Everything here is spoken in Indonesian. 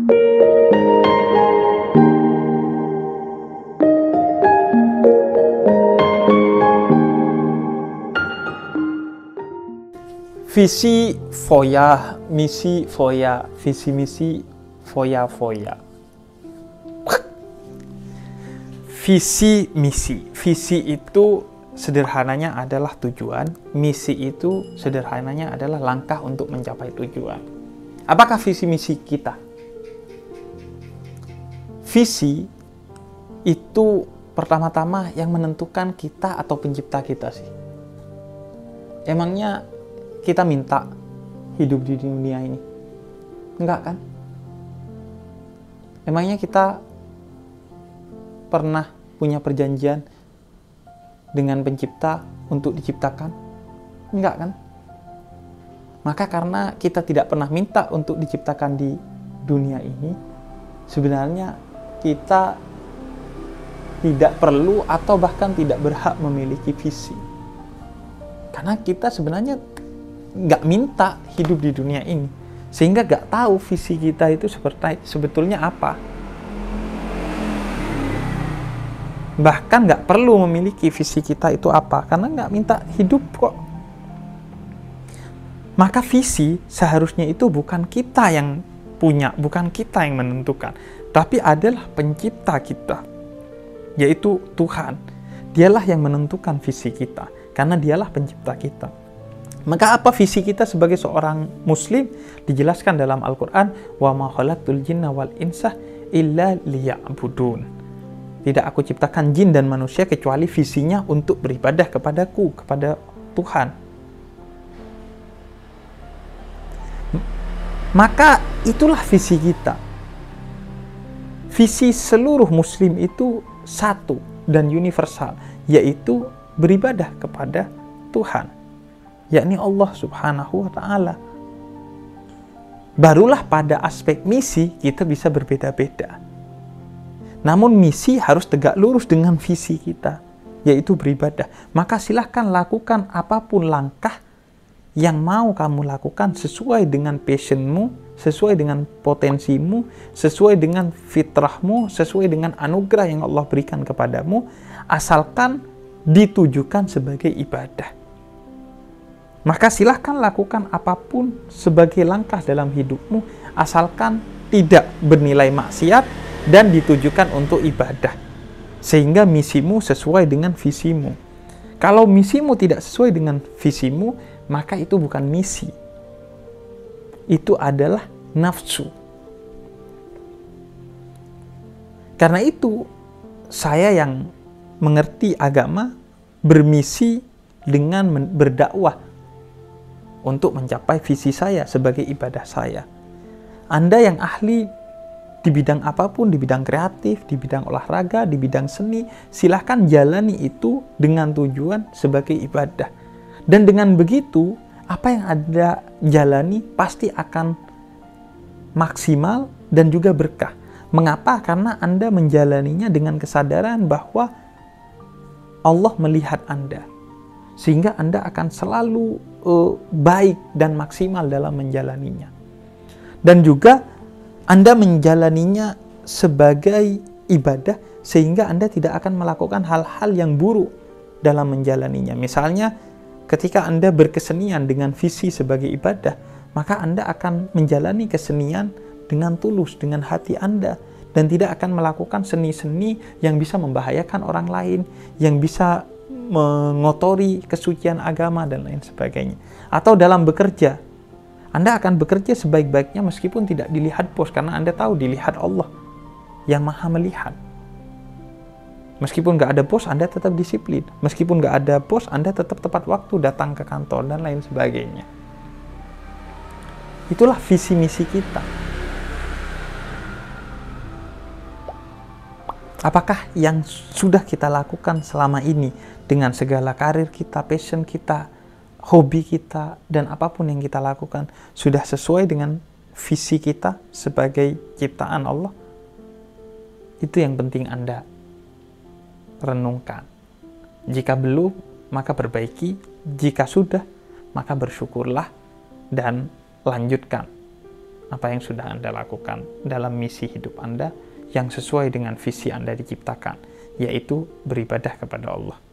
Visi foya, misi foya, visi misi foya foya. Visi misi. Visi itu sederhananya adalah tujuan, misi itu sederhananya adalah langkah untuk mencapai tujuan. Apakah visi misi kita? Visi itu pertama-tama yang menentukan kita atau pencipta kita sih. Emangnya kita minta hidup di dunia ini? Enggak kan? Emangnya kita pernah punya perjanjian dengan pencipta untuk diciptakan? Enggak kan? Maka karena kita tidak pernah minta untuk diciptakan di dunia ini, sebenarnya kita tidak perlu atau bahkan tidak berhak memiliki visi. Karena kita sebenarnya nggak minta hidup di dunia ini, sehingga nggak tahu visi kita itu sebetulnya apa. Bahkan nggak perlu memiliki visi kita itu apa, karena nggak minta hidup kok. Maka visi seharusnya itu bukan kita yang punya, bukan kita yang menentukan, tapi adalah pencipta kita, yaitu Tuhan. Dialah yang menentukan visi kita, karena dialah pencipta kita. Maka apa visi kita sebagai seorang muslim? Dijelaskan dalam Al-Quran, wa ma khalaqtul jinna wal insa illa liya'budun. Tidak aku ciptakan jin dan manusia kecuali visinya untuk beribadah kepadaku, kepada Tuhan. Maka itulah visi kita. Visi seluruh muslim itu satu dan universal, yaitu beribadah kepada Tuhan, yakni Allah Subhanahu wa Ta'ala. Barulah pada aspek misi kita bisa berbeda-beda. Namun misi harus tegak lurus dengan visi kita, yaitu beribadah. Maka silahkan lakukan apapun langkah yang mau kamu lakukan sesuai dengan passionmu, sesuai dengan potensimu, sesuai dengan fitrahmu, sesuai dengan anugerah yang Allah berikan kepadamu, asalkan ditujukan sebagai ibadah. Maka silahkan lakukan apapun sebagai langkah dalam hidupmu, asalkan tidak bernilai maksiat dan ditujukan untuk ibadah, sehingga misimu sesuai dengan visimu. Kalau misimu tidak sesuai dengan visimu, maka itu bukan misi, itu adalah nafsu. Karena itu saya yang mengerti agama bermisi dengan berdakwah untuk mencapai visi saya sebagai ibadah saya. Anda yang ahli di bidang apapun, di bidang kreatif, di bidang olahraga, di bidang seni, silahkan jalani itu dengan tujuan sebagai ibadah. Dan dengan begitu, apa yang Anda jalani pasti akan maksimal dan juga berkah. Mengapa? Karena Anda menjalaninya dengan kesadaran bahwa Allah melihat Anda, sehingga Anda akan selalu baik dan maksimal dalam menjalaninya. Dan juga Anda menjalaninya sebagai ibadah, sehingga Anda tidak akan melakukan hal-hal yang buruk dalam menjalaninya. Misalnya, ketika Anda berkesenian dengan visi sebagai ibadah, maka Anda akan menjalani kesenian dengan tulus, dengan hati Anda, dan tidak akan melakukan seni-seni yang bisa membahayakan orang lain, yang bisa mengotori kesucian agama dan lain sebagainya. Atau dalam bekerja, Anda akan bekerja sebaik-baiknya meskipun tidak dilihat bos, karena Anda tahu dilihat Allah yang maha melihat. Meskipun nggak ada bos, Anda tetap disiplin. Meskipun nggak ada bos, Anda tetap tepat waktu datang ke kantor dan lain sebagainya. Itulah visi misi kita. Apakah yang sudah kita lakukan selama ini dengan segala karir kita, passion kita, hobi kita, dan apapun yang kita lakukan sudah sesuai dengan visi kita sebagai ciptaan Allah? Itu yang penting Anda renungkan. Jika belum, maka perbaiki. Jika sudah, maka bersyukurlah dan lanjutkan. apa yang sudah Anda lakukan dalam misi hidup Anda yang sesuai dengan visi Anda diciptakan, yaitu beribadah kepada Allah.